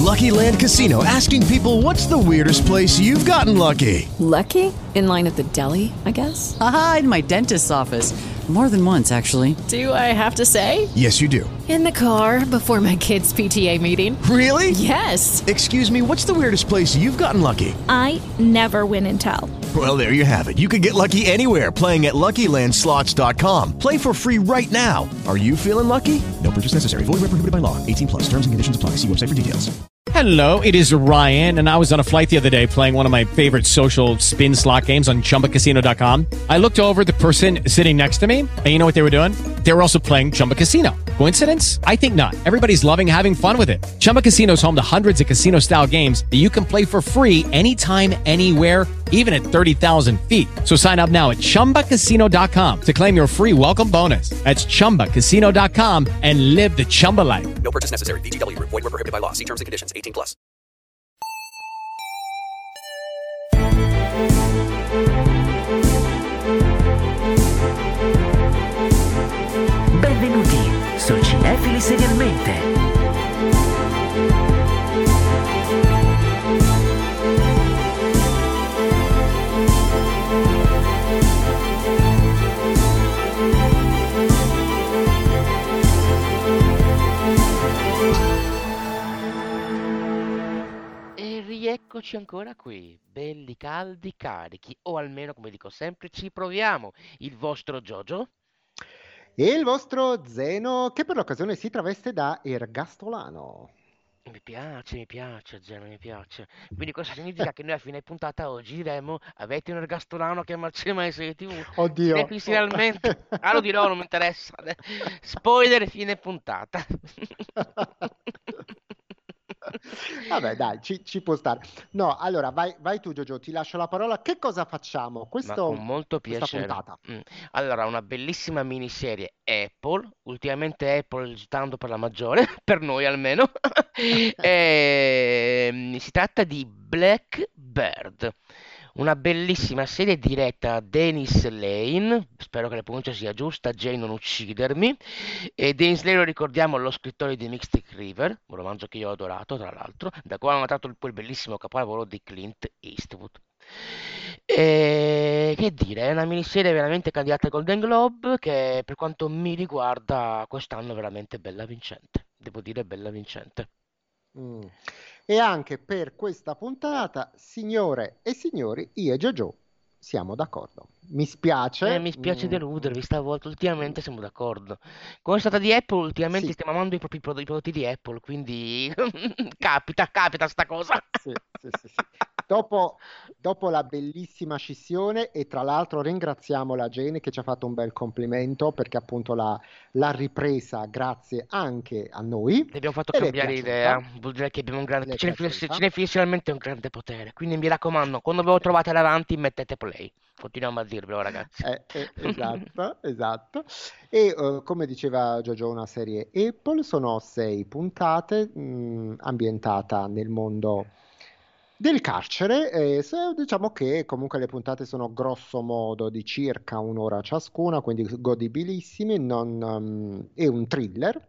Lucky Land Casino, asking people, what's the weirdest place you've gotten lucky? Lucky? In line at the deli, I guess? Aha, in my dentist's office. More than once, actually. Do I have to say? Yes, you do. In the car before my kids' PTA meeting. Really? Yes. Excuse me, what's the weirdest place you've gotten lucky? I never win and tell. Well, there you have it. You can get lucky anywhere, playing at LuckyLandSlots.com. Play for free right now. Are you feeling lucky? No purchase necessary. Void where prohibited by law. 18 plus. Terms and conditions apply. See website for details. Hello, it is Ryan, and I was on a flight the other day playing one of my favorite social spin slot games on ChumbaCasino.com. I looked over at the person sitting next to me, and you know what they were doing? They were also playing Chumba Casino. Coincidence? I think not. Everybody's loving having fun with it. Chumba Casino is home to hundreds of casino-style games that you can play for free anytime, anywhere, even at 30,000 feet. So sign up now at ChumbaCasino.com to claim your free welcome bonus. That's ChumbaCasino.com and live the Chumba life. No purchase necessary. VGW. Void where prohibited by law. See terms and conditions. 18 plus. Benvenuti su Cinefili Serialmente. Rieccoci ancora qui, belli, caldi, carichi, o almeno, come dico sempre, ci proviamo. Il vostro Jojo? E il vostro Zeno, che per l'occasione si traveste da ergastolano. Mi piace, Zeno, mi piace. Quindi questo significa che noi a fine puntata oggi diremo: avete un ergastolano a chiamarci mai serie TV? Oddio. Finalmente. Lo dirò, non mi interessa. Spoiler fine puntata. Vabbè, dai, ci può stare. No, allora, vai tu, Giorgio, ti lascio la parola. Che cosa facciamo Ma con molto questa piacere. puntata? Allora, una bellissima miniserie Apple. Ultimamente Apple stando per la maggiore, per noi almeno. Si tratta di Blackbird. Una bellissima serie diretta da Dennis Lane, spero che la pronuncia sia giusta, Jay non uccidermi. E Dennis Lane, lo ricordiamo, lo scrittore di Mystic River, un romanzo che io ho adorato tra l'altro, da cui hanno tratto quel bellissimo capolavoro di Clint Eastwood. E che dire, è una miniserie veramente candidata al Golden Globe che per quanto mi riguarda quest'anno è veramente bella vincente, devo dire bella vincente. E anche per questa puntata, signore e signori, io e Giorgio siamo d'accordo. Mi spiace. Mi spiace deludervi, stavolta ultimamente siamo d'accordo. Come è stata di Apple, ultimamente Sì. stiamo amando i propri prodotti di Apple, quindi capita sta cosa. Sì. Dopo la bellissima scissione, e tra l'altro ringraziamo la Jane che ci ha fatto un bel complimento perché appunto l'ha ripresa grazie anche a noi. Ti abbiamo fatto E le è cambiare piaciuta. idea, vuol dire che abbiamo un grande, Le è piaciuta. cinefilisticamente un grande potere, quindi mi raccomando, quando ve lo trovate davanti mettete play, continuiamo a dirvelo ragazzi. Esatto. E come diceva Giorgio, una serie Apple, sono 6 puntate, ambientata nel mondo del carcere. Diciamo che comunque le puntate sono grosso modo di circa un'ora ciascuna, quindi godibilissime, è un thriller.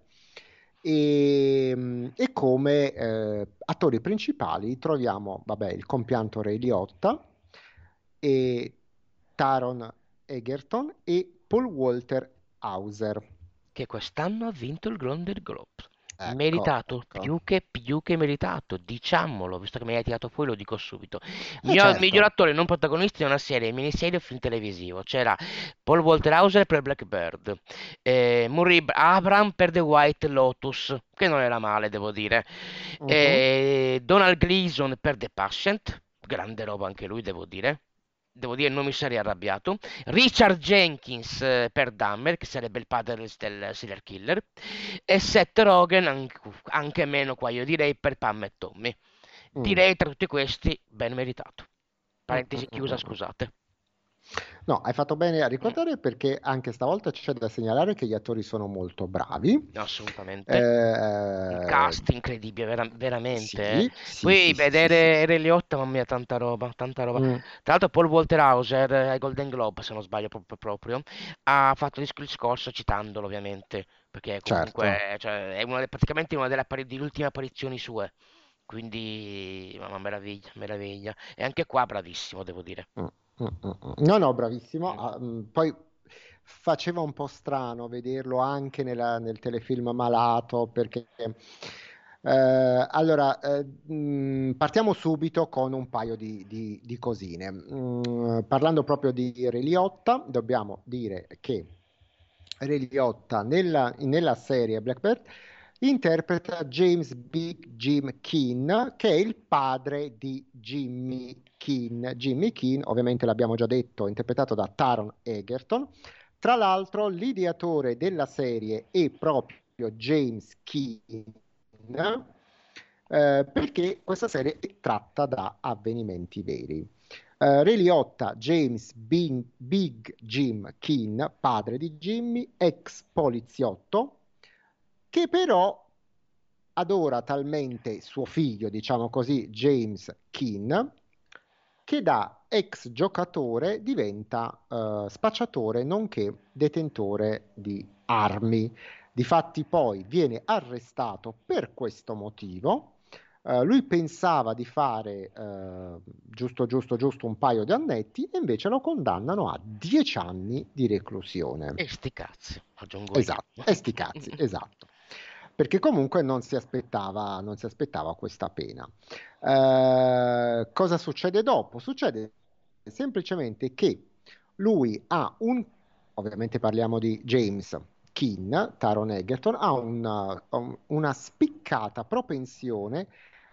E come attori principali troviamo, il compianto Ray Liotta e Taron Egerton e Paul Walter Hauser. Che quest'anno ha vinto il Golden Globe. Ecco. Meritato, più che meritato, diciamolo, visto che mi hai tirato fuori, lo dico subito. Certo. Miglior attore non protagonista di una serie, miniserie o film televisivo. C'era Paul Walter Hauser per Blackbird, Murray Abraham per The White Lotus, che non era male, devo dire, Donald Gleason per The Patient, grande roba anche lui, devo dire, non mi sarei arrabbiato. Richard Jenkins per Dahmer, che sarebbe il padre del serial killer, e Seth Rogen, anche meno qua io direi, per Pam e Tommy. Direi tra tutti questi ben meritato. Parentesi chiusa, scusate. No, hai fatto bene a ricordare perché anche stavolta c'è da segnalare che gli attori sono molto bravi. Assolutamente. Il cast incredibile, veramente. Poi vedere Ray Liotta, mamma mia, tanta roba. Tra l'altro Paul Walter Hauser ai Golden Globe, se non sbaglio proprio, ha fatto il discorso citandolo ovviamente, perché comunque è praticamente una delle ultime apparizioni sue. Quindi, mamma, meraviglia, meraviglia. E anche qua bravissimo, devo dire. Mm, No, no, bravissimo. Mm. Poi faceva un po' strano vederlo anche nel telefilm Malato, perché allora partiamo subito con un paio di cosine. Parlando proprio di Ray Liotta, dobbiamo dire che Ray Liotta nella serie Blackbird interpreta James Big Jim Keen, che è il padre di Jimmy Keen. Jimmy Keen, ovviamente l'abbiamo già detto, interpretato da Taron Egerton. Tra l'altro, l'ideatore della serie è proprio James Keen, perché questa serie è tratta da avvenimenti veri. Ray Liotta, Big Jim Keen, padre di Jimmy, ex poliziotto, che però adora talmente suo figlio, diciamo così, James Keen, che da ex giocatore diventa spacciatore nonché detentore di armi. Difatti poi viene arrestato per questo motivo. Lui pensava di fare giusto un paio di annetti e invece lo condannano a 10 anni di reclusione. E sti cazzi, aggiungo io. Esatto, e sti cazzi, esatto. Perché comunque non si aspettava questa pena. Cosa succede dopo? Succede semplicemente che lui ovviamente parliamo di James Keen, Taron Egerton, ha una spiccata propensione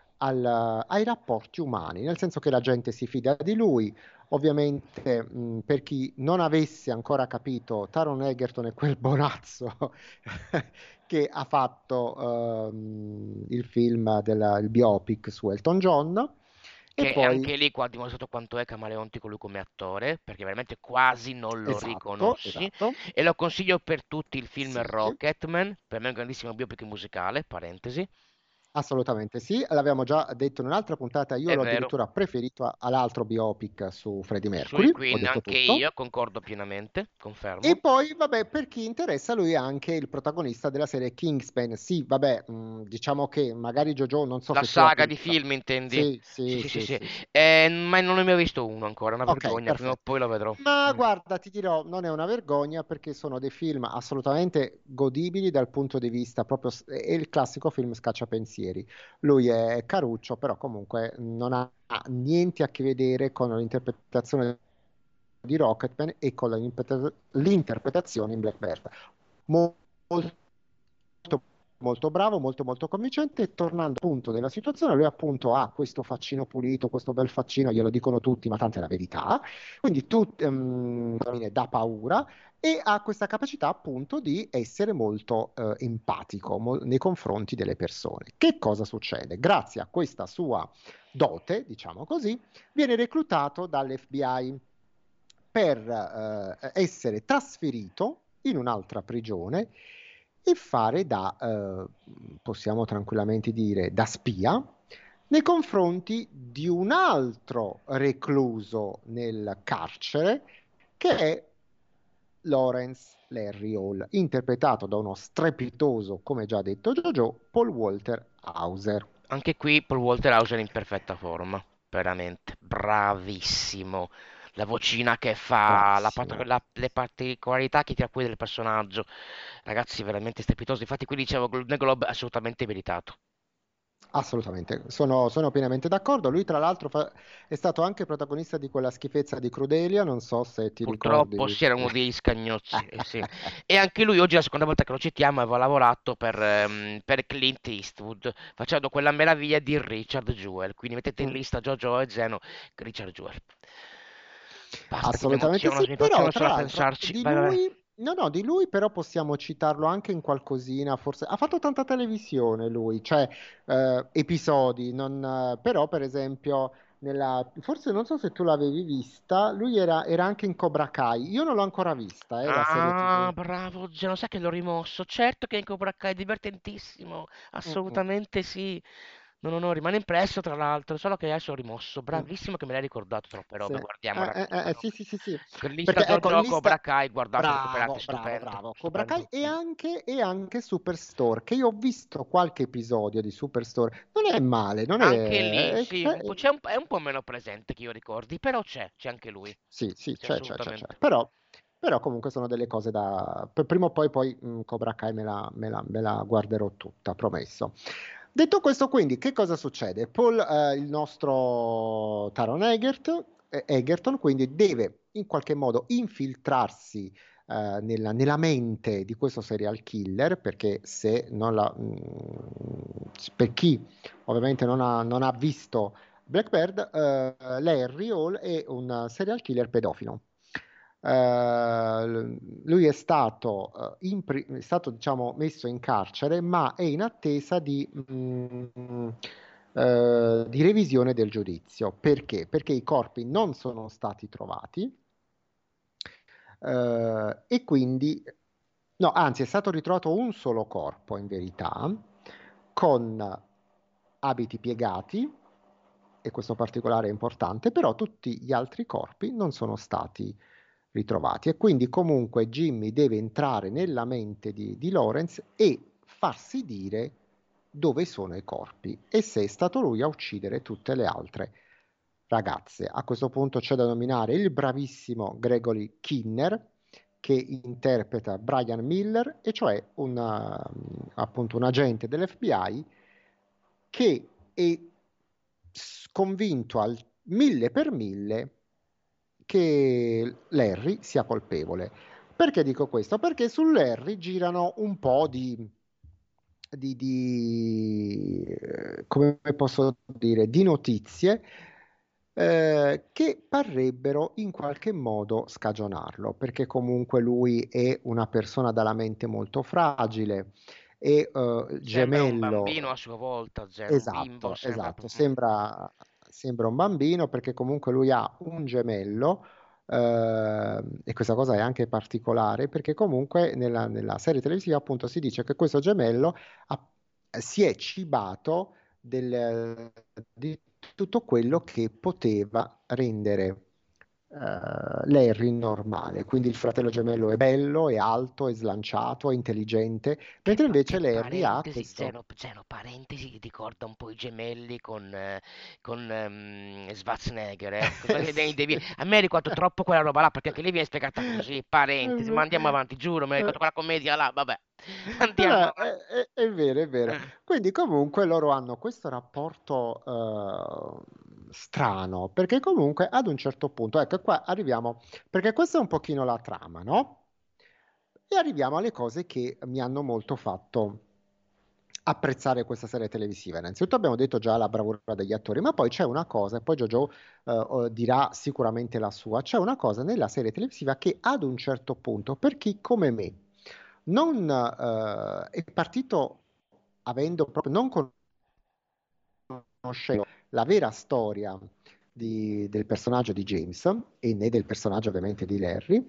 ai rapporti umani, nel senso che la gente si fida di lui. Ovviamente, per chi non avesse ancora capito, Taron Egerton è quel bonazzo che ha fatto il film il biopic su Elton John. E Che poi, anche lì qua ha dimostrato quanto è camaleontico lui come attore, perché veramente quasi non lo riconosci. esatto, E lo consiglio per tutti il film sì. Rocketman, per me è un grandissimo biopic musicale, parentesi. Assolutamente sì, l'abbiamo già detto in un'altra puntata, io È l'ho vero. addirittura preferito all'altro biopic su Freddie Sui Mercury, ho Queen detto anche tutto. io, concordo pienamente, E confermo. poi, vabbè, per chi interessa, lui è anche il protagonista della serie Kingsman. Sì, vabbè, diciamo che magari Jojo, non so La se tu l'hai saga di vista. film, intendi? Sì, Sì, sì, sì, sì, sì, sì. sì, sì. Ma non ne ho mai visto uno ancora, una Ok, vergogna, prima o perfetto. poi lo vedrò. Ma Mm. guarda, ti dirò, non è una vergogna perché sono dei film assolutamente godibili dal punto di vista proprio, è il classico film scacciapensieri. Lui è caruccio, però comunque non ha niente a che vedere con l'interpretazione di Rocketman e con l'interpretazione in Blackbird. Molto, molto bravo, molto, molto convincente. E tornando appunto nella situazione, lui appunto ha questo faccino pulito, questo bel faccino, glielo dicono tutti, ma tanto è la verità. Quindi dà paura e ha questa capacità appunto di essere molto empatico nei confronti delle persone. Che cosa succede? Grazie a questa sua dote, diciamo così, viene reclutato dall'FBI per essere trasferito in un'altra prigione e fare possiamo tranquillamente dire, da spia nei confronti di un altro recluso nel carcere che è Lawrence Larry Hall, interpretato da uno strepitoso, come già detto Jojo, Paul Walter Hauser. Anche qui Paul Walter Hauser in perfetta forma, veramente bravissimo. La vocina che fa, Bravissimo. le particolarità che tira fuori del personaggio, ragazzi, veramente strepitoso. Infatti, qui dicevo Golden Globe assolutamente meritato. Assolutamente, sono pienamente d'accordo. Lui, tra l'altro, è stato anche protagonista di quella schifezza di Crudelia, non so se ti Purtroppo ricordi. sì, era uno degli scagnozzi, sì. E anche lui oggi, è la seconda volta che lo citiamo, aveva lavorato per Clint Eastwood, facendo quella meraviglia di Richard Jewell. Quindi mettete in Mm, lista Jojo e Zeno, Richard Jewell. Basta che Assolutamente sì, mi però emoziono tra solo a l'altro pensarci. Vai, vai, vai. no, no, di lui però possiamo citarlo anche in qualcosina, forse ha fatto tanta televisione lui, cioè episodi, però per esempio forse non so se tu l'avevi vista, lui era anche in Cobra Kai, io non l'ho ancora vista, la serie Ah, TV. bravo, Zeno, sai che l'ho rimosso. Certo che in Cobra Kai è divertentissimo, Mm, mm. assolutamente sì. No, rimane impresso tra l'altro, solo che adesso ho rimosso. Mm. Bravissimo che me l'hai ricordato troppe Sì. robe, guardiamola, Sì, sì, sì, sì. Lista Perché ecco, in JoJo lista... Cobra Kai, guardate, recuperate, Bravo, bravo, stupendo, bravo. Cobra stupendo. Kai e anche Superstore, che io ho visto qualche episodio di Superstore. Non è male, non Anche lì, è... sì, è un po' meno presente che io ricordi, però c'è anche lui. Sì, sì, Sì, c'è. assolutamente. Però comunque sono delle cose da... Prima o poi Cobra Kai me la guarderò tutta, promesso. Detto questo, quindi, che cosa succede? Paul, il nostro Taron Egerton, quindi deve in qualche modo infiltrarsi nella mente di questo serial killer, perché se non per chi ovviamente non ha visto Blackbird, Larry Hall è un serial killer pedofilo. Lui è stato, diciamo, messo in carcere, ma è in attesa di revisione del giudizio. Perché? Perché i corpi non sono stati trovati, e quindi, no, anzi, è stato ritrovato un solo corpo in verità, con abiti piegati, e questo particolare è importante, però tutti gli altri corpi non sono stati ritrovati, e quindi comunque Jimmy deve entrare nella mente di Lawrence e farsi dire dove sono i corpi e se è stato lui a uccidere tutte le altre ragazze. A questo punto c'è da nominare il bravissimo Gregory Kinner, che interpreta Brian Miller, e cioè appunto un agente dell'FBI che è convinto al 1000 per 1000 che Larry sia colpevole. Perché dico questo? Perché su Larry girano un po' come posso dire, di notizie che parrebbero in qualche modo scagionarlo, perché comunque lui è una persona dalla mente molto fragile e Sembra un bambino gemello. a sua volta, zero, un bimbo, Esatto, sembra... esatto, sembra un bambino, perché comunque lui ha un gemello, e questa cosa è anche particolare perché comunque nella serie televisiva appunto si dice che questo gemello ha- si è cibato di tutto quello che poteva rendere Larry normale. Quindi il fratello gemello è bello, è alto, è slanciato, è intelligente, mentre invece Che Larry ha parentesi, questo... parentesi, ricorda un po' i gemelli con Schwarzenegger, eh. Sì. A me ha ricordato troppo quella roba là, perché anche lì viene spiegata così, parentesi, ma Eh, andiamo avanti, giuro, mi ha ricordato quella commedia là, vabbè, andiamo allora, avanti. è vero, è vero. Quindi comunque loro hanno questo rapporto strano, perché comunque ad un certo punto, ecco qua arriviamo, perché questa è un pochino la trama, no? E arriviamo alle cose che mi hanno molto fatto apprezzare questa serie televisiva. Innanzitutto abbiamo detto già la bravura degli attori, ma poi c'è una cosa, e poi Jojo dirà sicuramente la sua, c'è una cosa nella serie televisiva che ad un certo punto, per chi come me non è partito avendo proprio, non conoscendo la vera storia del personaggio di James e né del personaggio ovviamente di Larry,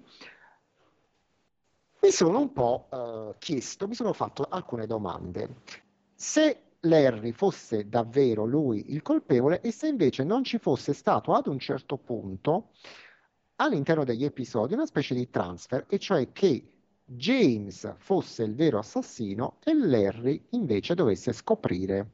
mi sono un po' chiesto, mi sono fatto alcune domande. Se Larry fosse davvero lui il colpevole e se invece non ci fosse stato ad un certo punto all'interno degli episodi una specie di transfer, e cioè che James fosse il vero assassino e Larry invece dovesse scoprire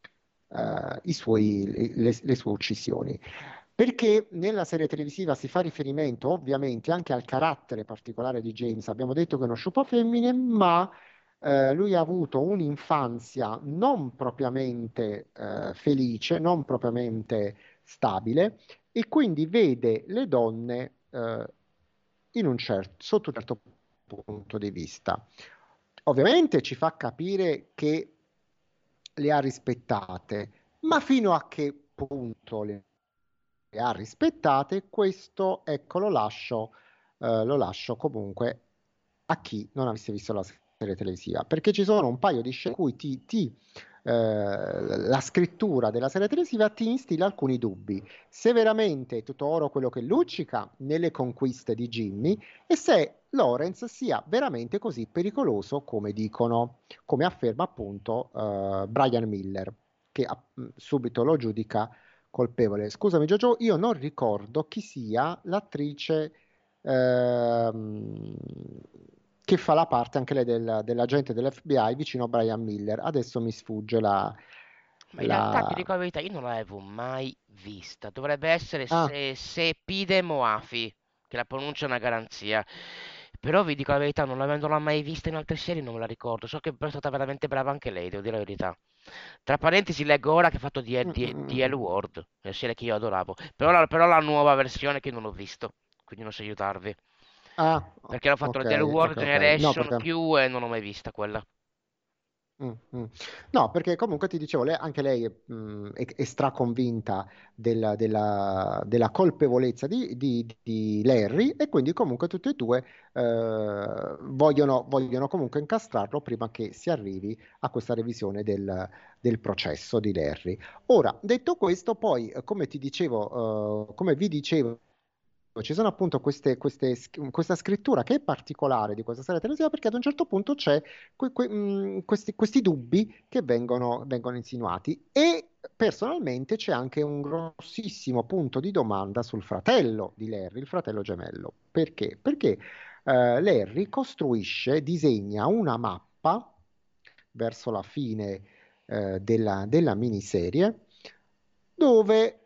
le sue uccisioni. Perché nella serie televisiva si fa riferimento ovviamente anche al carattere particolare di James. Abbiamo detto che è uno sciupafemmine, ma lui ha avuto un'infanzia non propriamente felice, non propriamente stabile, e quindi vede le donne sotto un certo punto di vista. Ovviamente ci fa capire che le ha rispettate, ma fino a che punto le ha rispettate, questo ecco lo lascio comunque a chi non avesse visto la serie televisiva, perché ci sono un paio di scene in cui la scrittura della serie televisiva ti instilla alcuni dubbi, se veramente è tutto oro quello che luccica nelle conquiste di Jimmy e se Lawrence sia veramente così pericoloso come dicono, come afferma appunto Brian Miller. che subito lo giudica colpevole. Scusami Giorgio, io non ricordo chi sia l'attrice che fa la parte anche lei dell'agente dell'FBI vicino a Brian Miller. Adesso mi sfugge Ma in realtà ti la... dico la verità, io non l'avevo mai vista. Dovrebbe essere Ah, Sepide Moafi, che la pronuncia è una garanzia. Però vi dico la verità, non avendola mai vista in altre serie, non me la ricordo. So che è stata veramente brava anche lei, devo dire la verità. Tra parentesi, leggo ora che ha fatto di mm. L-Word, una serie che io adoravo. Però la nuova versione che non ho visto, quindi non so aiutarvi. Ah, Perché ho fatto ok, la The L-Word ok. No, Generation perché... più e non ho mai vista quella. Mm, mm. No, perché comunque ti dicevo, anche lei è straconvinta della colpevolezza di Larry e quindi comunque tutti e due vogliono comunque incastrarlo prima che si arrivi a questa revisione del processo di Larry. Ora, detto questo, poi, come ti dicevo, come vi dicevo, ci sono appunto questa scrittura che è particolare di questa serie televisiva perché ad un certo punto c'è questi dubbi che vengono insinuati e personalmente c'è anche un grossissimo punto di domanda sul fratello di Larry, il fratello gemello. Perché? Perché Larry disegna una mappa verso la fine della miniserie dove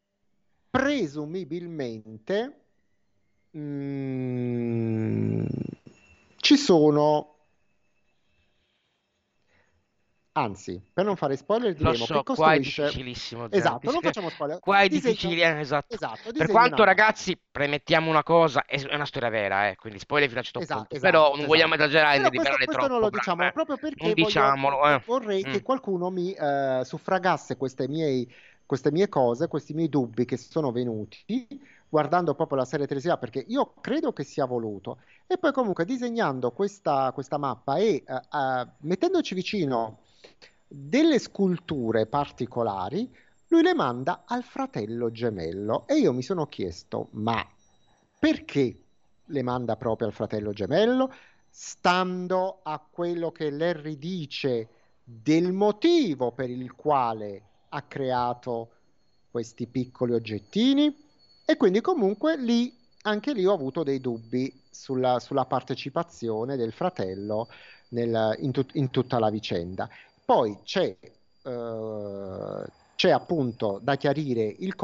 presumibilmente mm, ci sono, anzi, per non fare spoiler, Lo diremo che so, qua è costruisce, difficilissimo, Geno. esatto, non facciamo spoiler, Qua è disegna, difficile, esatto. esatto, Per disegna quanto, una mappa. ragazzi, premettiamo una cosa, è una storia vera, quindi spoiler fino a un certo punto. Esatto, Però non esatto, vogliamo esatto. esagerare né Però questo, rivelare questo non troppo, lo bravo, diciamo proprio Non perché diciamolo, vorrei Mm. che qualcuno mi suffragasse queste mie cose, questi miei dubbi che sono venuti guardando proprio la serie televisiva, perché io credo che sia voluto. E poi comunque disegnando questa mappa e mettendoci vicino delle sculture particolari, lui le manda al fratello gemello. E io mi sono chiesto, ma perché le manda proprio al fratello gemello? Stando a quello che Larry dice del motivo per il quale ha creato questi piccoli oggettini e quindi comunque anche lì ho avuto dei dubbi sulla partecipazione del fratello in tutta la vicenda. Poi c'è appunto da chiarire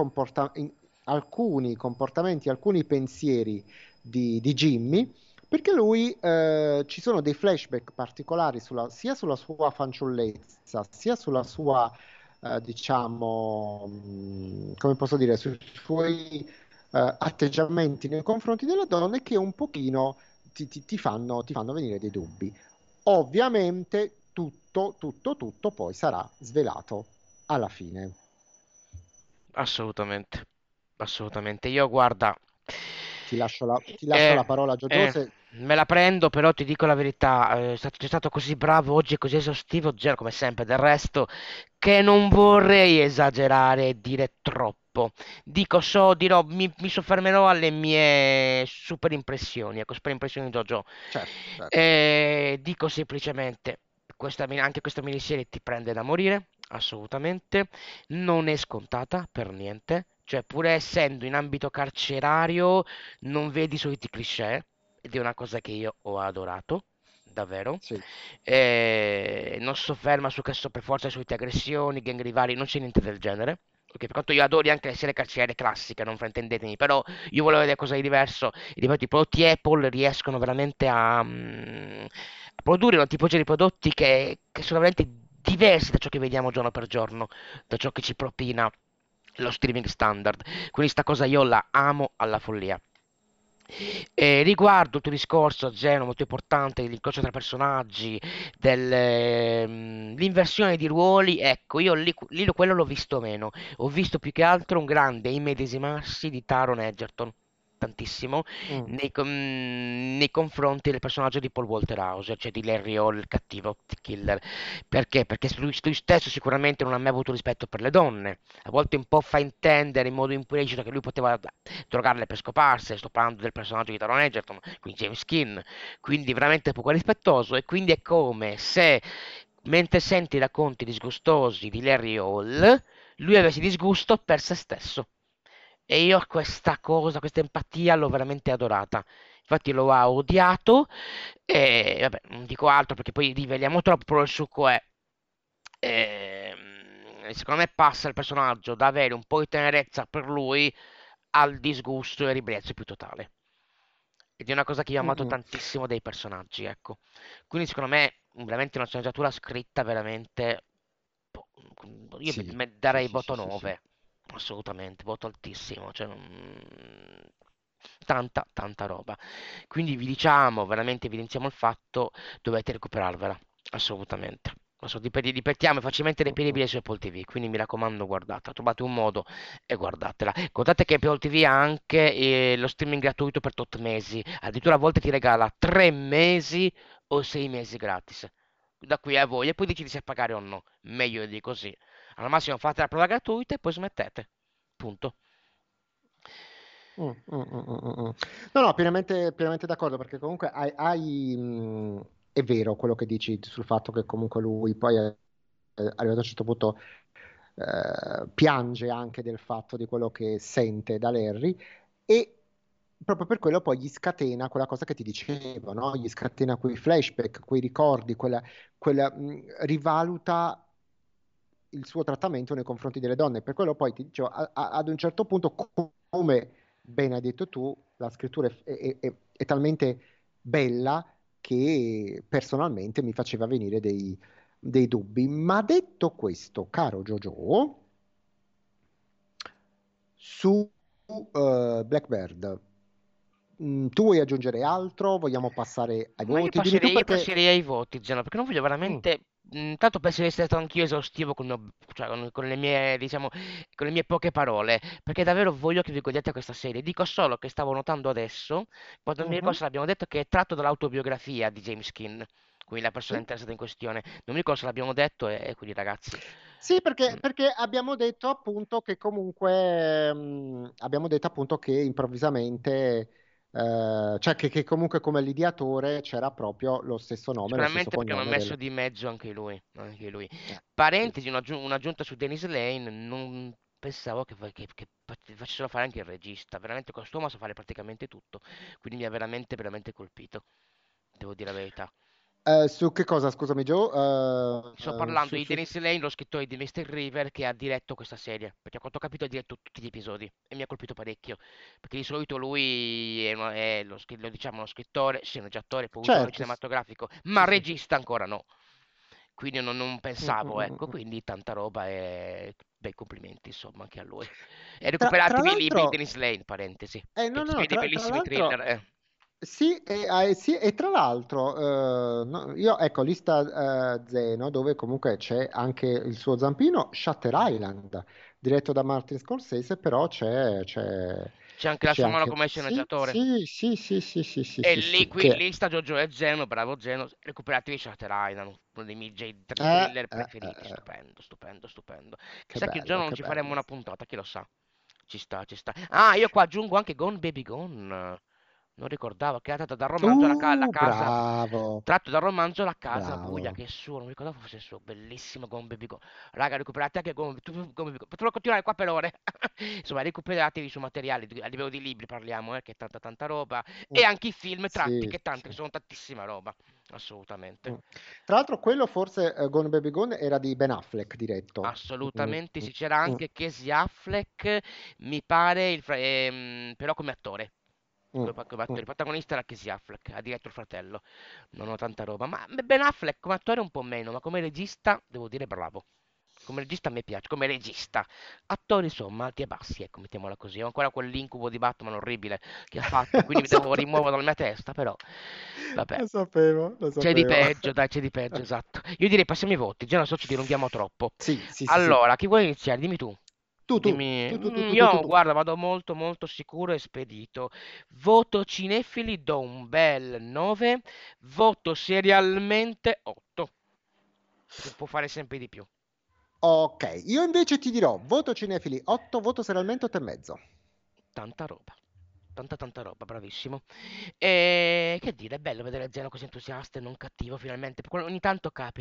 alcuni comportamenti, alcuni pensieri di Jimmy, perché lui ci sono dei flashback particolari sia sulla sua fanciullezza, sia sulla sua, diciamo, come posso dire, sui suoi atteggiamenti nei confronti delle donne che un pochino ti fanno venire dei dubbi. Ovviamente tutto poi sarà svelato alla fine. Assolutamente, assolutamente. Io guarda, Ti lascio eh, la parola a Giorgio. me la prendo, però ti dico la verità, sei stato così bravo oggi e così esaustivo, Geno, come sempre, del resto, che non vorrei esagerare e dire troppo. Dirò, mi soffermerò alle mie super impressioni, ecco, super impressioni di JoJo. Certo, certo. Dico semplicemente, anche questa miniserie ti prende da morire, assolutamente. Non è scontata per niente, cioè pur essendo in ambito carcerario non vedi i soliti cliché ed è una cosa che io ho adorato, davvero. Sì. Non si sofferma su che per forza le solite aggressioni, gang rivali, non c'è niente del genere. Ok, per quanto io adori anche le serie carcerarie classiche, non fraintendetemi, però io volevo vedere qualcosa di diverso. E ripeto, i prodotti Apple riescono veramente a produrre una tipologia di prodotti che sono veramente diversi da ciò che vediamo giorno per giorno, da ciò che ci propina lo streaming standard. Quindi sta cosa io la amo alla follia. Riguardo il tuo discorso, Geno, molto importante, l'incrocio tra personaggi, l'inversione di ruoli, ecco, io lì quello l'ho visto meno. Ho visto più che altro un grande immedesimarsi di Taron Egerton, tantissimo, Mm. nei confronti del personaggio di Paul Walter Hauser, cioè di Larry Hall, il cattivo killer. Perché? Perché lui stesso sicuramente non ha mai avuto rispetto per le donne. A volte un po' fa intendere in modo implicito che lui poteva drogarle per scoparsi. Sto parlando del personaggio di Taron Egerton, quindi James Keen, quindi veramente poco rispettoso. E quindi è come se mentre senti i racconti disgustosi di Larry Hall, lui avesse disgusto per se stesso. E io questa cosa, questa empatia l'ho veramente adorata. Infatti lo ha odiato e vabbè, non dico altro perché poi riveliamo troppo, però il succo è secondo me passa il personaggio da avere un po' di tenerezza per lui al disgusto e ribrezzo più totale. Ed è una cosa che io ho amato Mm-mm. tantissimo dei personaggi, ecco. Quindi secondo me veramente una sceneggiatura scritta veramente. boh, Io Sì, sì, darei sì, sì, voto sì, sì. 9, assolutamente, voto altissimo, cioè tanta, tanta roba. Quindi vi diciamo, veramente evidenziamo il fatto, dovete recuperarvela, assolutamente. Ripetiamo, è facilmente Mm-mm. reperibile su Apple TV, quindi mi raccomando, guardatela, trovate un modo e guardatela. Contate che Apple TV ha anche lo streaming gratuito per tot mesi, addirittura a volte ti regala 3 mesi o 6 mesi gratis. Da qui a voi, e poi decidi se pagare o no, meglio di così. Al massimo fate la prova gratuita e poi smettete. Punto. No, no, pienamente d'accordo, perché comunque è vero quello che dici sul fatto che comunque lui poi è arrivato a un certo punto piange anche del fatto di quello che sente da Larry e proprio per quello poi gli scatena quella cosa che ti dicevo, no? Gli scatena quei flashback, quei ricordi, rivaluta il suo trattamento nei confronti delle donne. Per quello poi ti dicevo, ad un certo punto, come ben hai detto tu, la scrittura è talmente bella che personalmente mi faceva venire dei dubbi. Ma detto questo, caro Jojo, su Blackbird, tu vuoi aggiungere altro? Vogliamo passare ai Ma io voti? Dimmi tu io perché. passerei ai voti, Gianna, perché non voglio Mm, veramente. Tanto per essere stato anch'io esaustivo cioè, con le mie, diciamo, con le mie poche parole, perché davvero voglio che vi godiate questa serie. Dico solo che stavo notando adesso, quando non mi ricordo mhm, se l'abbiamo detto, che è tratto dall'autobiografia di James Keane, quindi la persona sì. interessata in questione. Non mi ricordo se l'abbiamo detto e quindi ragazzi. Sì, perché, mm, perché abbiamo detto appunto che comunque abbiamo detto appunto che improvvisamente, cioè che comunque come l'ideatore c'era proprio lo stesso nome, lo stesso Sicuramente perché hanno cognome messo del. di mezzo anche lui, anche lui. Sì, Parentesi, sì. un'aggiunta su Dennis Lane, non pensavo che facessero fare anche il regista, veramente quest'uomo sa fare praticamente tutto, quindi mi ha veramente, veramente colpito, devo dire la verità. Su che cosa, scusami Joe? Sto parlando di Su. Dennis Lane, lo scrittore di Mr. River, che ha diretto questa serie, perché a quanto ho capito ha diretto tutti gli episodi e mi ha colpito parecchio, perché di solito lui lo diciamo, uno scrittore, sceneggiatore, produttore Certo, cinematografico, ma sì, sì. regista ancora no. Quindi non Mm, mm, pensavo, mm, ecco, mm. quindi tanta roba e bei complimenti, insomma, anche a lui. E Tra recuperatevi i libri di l'altro, Dennis Lane, parentesi, che no, no, scrive dei tra bellissimi thriller. l'altro, sì, sì, e tra l'altro, no, io ecco, lista Zeno, dove comunque c'è anche il suo zampino, Shutter Island, diretto da Martin Scorsese, però C'è anche la c'è sua mano anche. come Sì, sceneggiatore. sì, sì, sì, sì, sì, sì, E sì, lì, sì, qui in che. lista Giorgio e Zeno, bravo Zeno, recuperatevi Shutter Island, uno dei miei Eh, thriller eh, preferiti, eh, stupendo, stupendo, stupendo. che Chissà che un giorno bello, non che ci faremo una bello. puntata, chi lo sa. Ci sta, ci sta. Ah, io qua aggiungo anche Gone Baby Gone. Non ricordavo che era tratto dal romanzo La casa. Bravo, Tratto dal romanzo La casa buia, bravo. che è suo, non mi ricordavo fosse suo, bellissimo Gone Baby Gone. Raga, recuperate anche Gone Baby Gone. Potremmo continuare qua per ore. Insomma, recuperatevi su materiali, a livello di libri parliamo, che è tanta tanta roba. E Mm, anche i film tratti, sì, che tante, che sì. sono tantissima roba. Assolutamente. Mm. Tra l'altro, quello forse Gone Baby Gone era di Ben Affleck diretto. Mm, Assolutamente mm, sì, c'era mm, anche Casey Affleck, mi pare, però come attore. mm, Come attore. mm. Il protagonista era Casey Affleck, ha diretto il fratello. Non ho tanta roba. Ma Ben Affleck come attore un po' meno, ma come regista devo dire bravo. Come regista a me piace, come regista. Attori insomma, alti e bassi, ecco, mettiamola così. Ho ancora quell'incubo di Batman orribile che ha fatto, quindi Lo mi devo sapevo, rimuovere dalla mia testa, però vabbè. lo sapevo, lo C'è di sapevo. peggio, dai, c'è di peggio, esatto. Io direi passiamo ai voti, già non so ci dilunghiamo troppo. Sì, sì, sì, sì. Allora, chi vuole iniziare? Dimmi tu. Tu, tu, Dimmi. tu, tu, tu, tu, tu, tu, Io, tu. guarda, vado molto, molto sicuro e spedito. Voto cinefili, do un bel 9. Voto serialmente 8. Perché può fare sempre di più. Ok, io invece ti dirò voto cinefili 8, voto serialmente 8 e mezzo. Tanta roba. Tanta tanta roba, bravissimo. E che dire, è bello vedere Zeno così entusiasta e non cattivo finalmente. Ogni tanto capita.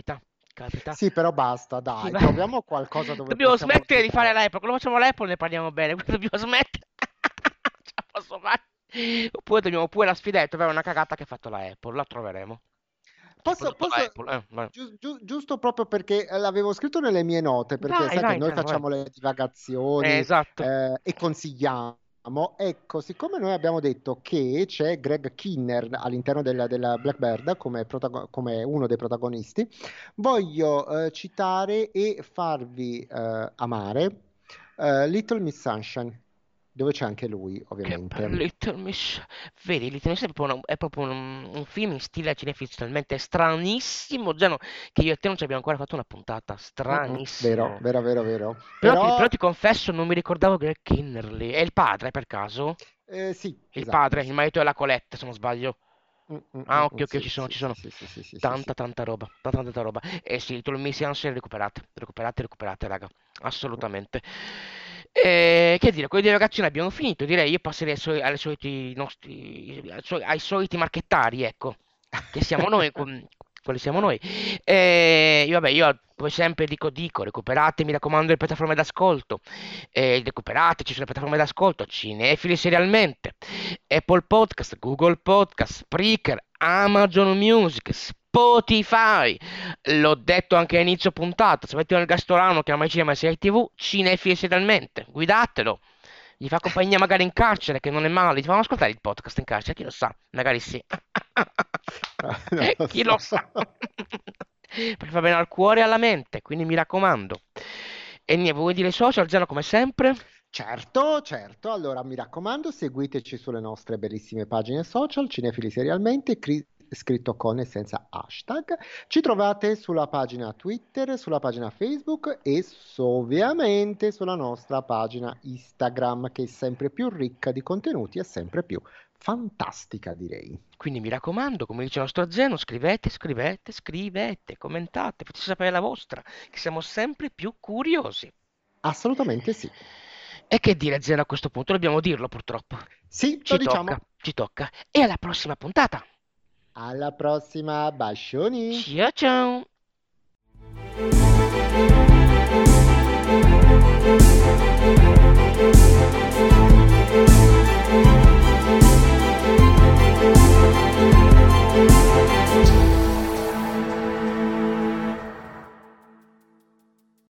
Capita. Sì, però basta, Sì, dai, va. troviamo qualcosa dove Dobbiamo possiamo smettere di fare giocare. l'Apple. Quando facciamo l'Apple ne parliamo bene. Quindi dobbiamo smettere. Ce la posso fare. Oppure dobbiamo pure la sfidetta, ovvero una cagata che ha fatto la Apple. La troveremo. Posso, Soprattutto la posso, Apple. Vai. giusto proprio perché l'avevo scritto nelle mie note, perché Vai, sai che vai, noi Gianni, vai. facciamo le divagazioni Esatto. e consigliamo. Ecco, siccome noi abbiamo detto che c'è Greg Kinnear all'interno della Blackbird come uno dei protagonisti, voglio citare e farvi amare Little Miss Sunshine, dove c'è anche lui, Che per ovviamente. Little Miss. Vedi, Little Miss è proprio un film in stile cinefilo talmente stranissimo, Giano, che io e te non ci abbiamo ancora fatto una puntata. Vero, Stranissimo. vero, vero, vero. Però Però, ti confesso, non mi ricordavo Greg Kinnerly. È il padre, per caso? sì, Il esatto, padre, il sì. marito della Colette, se non sbaglio. Ah, ok, ok, Sì, ci sono, sì, ci sì, sono. sì, sì, sì, sì, sì, sì. Tanta roba, tanta roba. E sì, Little Miss Sunshine recuperate, recuperate, recuperate, raga. Assolutamente. Che dire, quelli dei ragazzi ne abbiamo finito. Direi io passerei alle soliti nostri, ai soliti marchettari, ecco. Che siamo noi, quelli siamo noi. Vabbè, io come sempre dico, recuperate, mi raccomando, le piattaforme d'ascolto. Recuperateci sulle piattaforme d'ascolto, cinefili serialmente. Apple Podcast, Google Podcast, Spreaker, Amazon Music, Spotify. L'ho detto anche a inizio puntata, se avete un gastorano che ama i cinema e serie TV, cinefili serialmente, guidatelo. Gli fa compagnia magari in carcere, che non è male. Gli fanno ascoltare il podcast in carcere, chi lo sa, magari sì. Non lo Chi lo so. sa. Perché fa bene al cuore e alla mente, quindi mi raccomando. E niente, vuoi dire i social, Zeno, come sempre? Certo, certo. Allora, mi raccomando, seguiteci sulle nostre bellissime pagine social, Cinefili Serialmente, scritto con e senza hashtag. Ci trovate sulla pagina Twitter, sulla pagina Facebook e ovviamente sulla nostra pagina Instagram, che è sempre più ricca di contenuti e sempre più fantastica, direi. Quindi mi raccomando, come dice il nostro Zeno, scrivete, commentate, facci sapere la vostra, che siamo sempre più curiosi. Assolutamente sì. E che dire, Zeno, a questo punto dobbiamo dirlo purtroppo. Sì, lo Ci tocca, diciamo. ci tocca. E alla prossima puntata. Alla prossima, bacioni! Ciao ciao.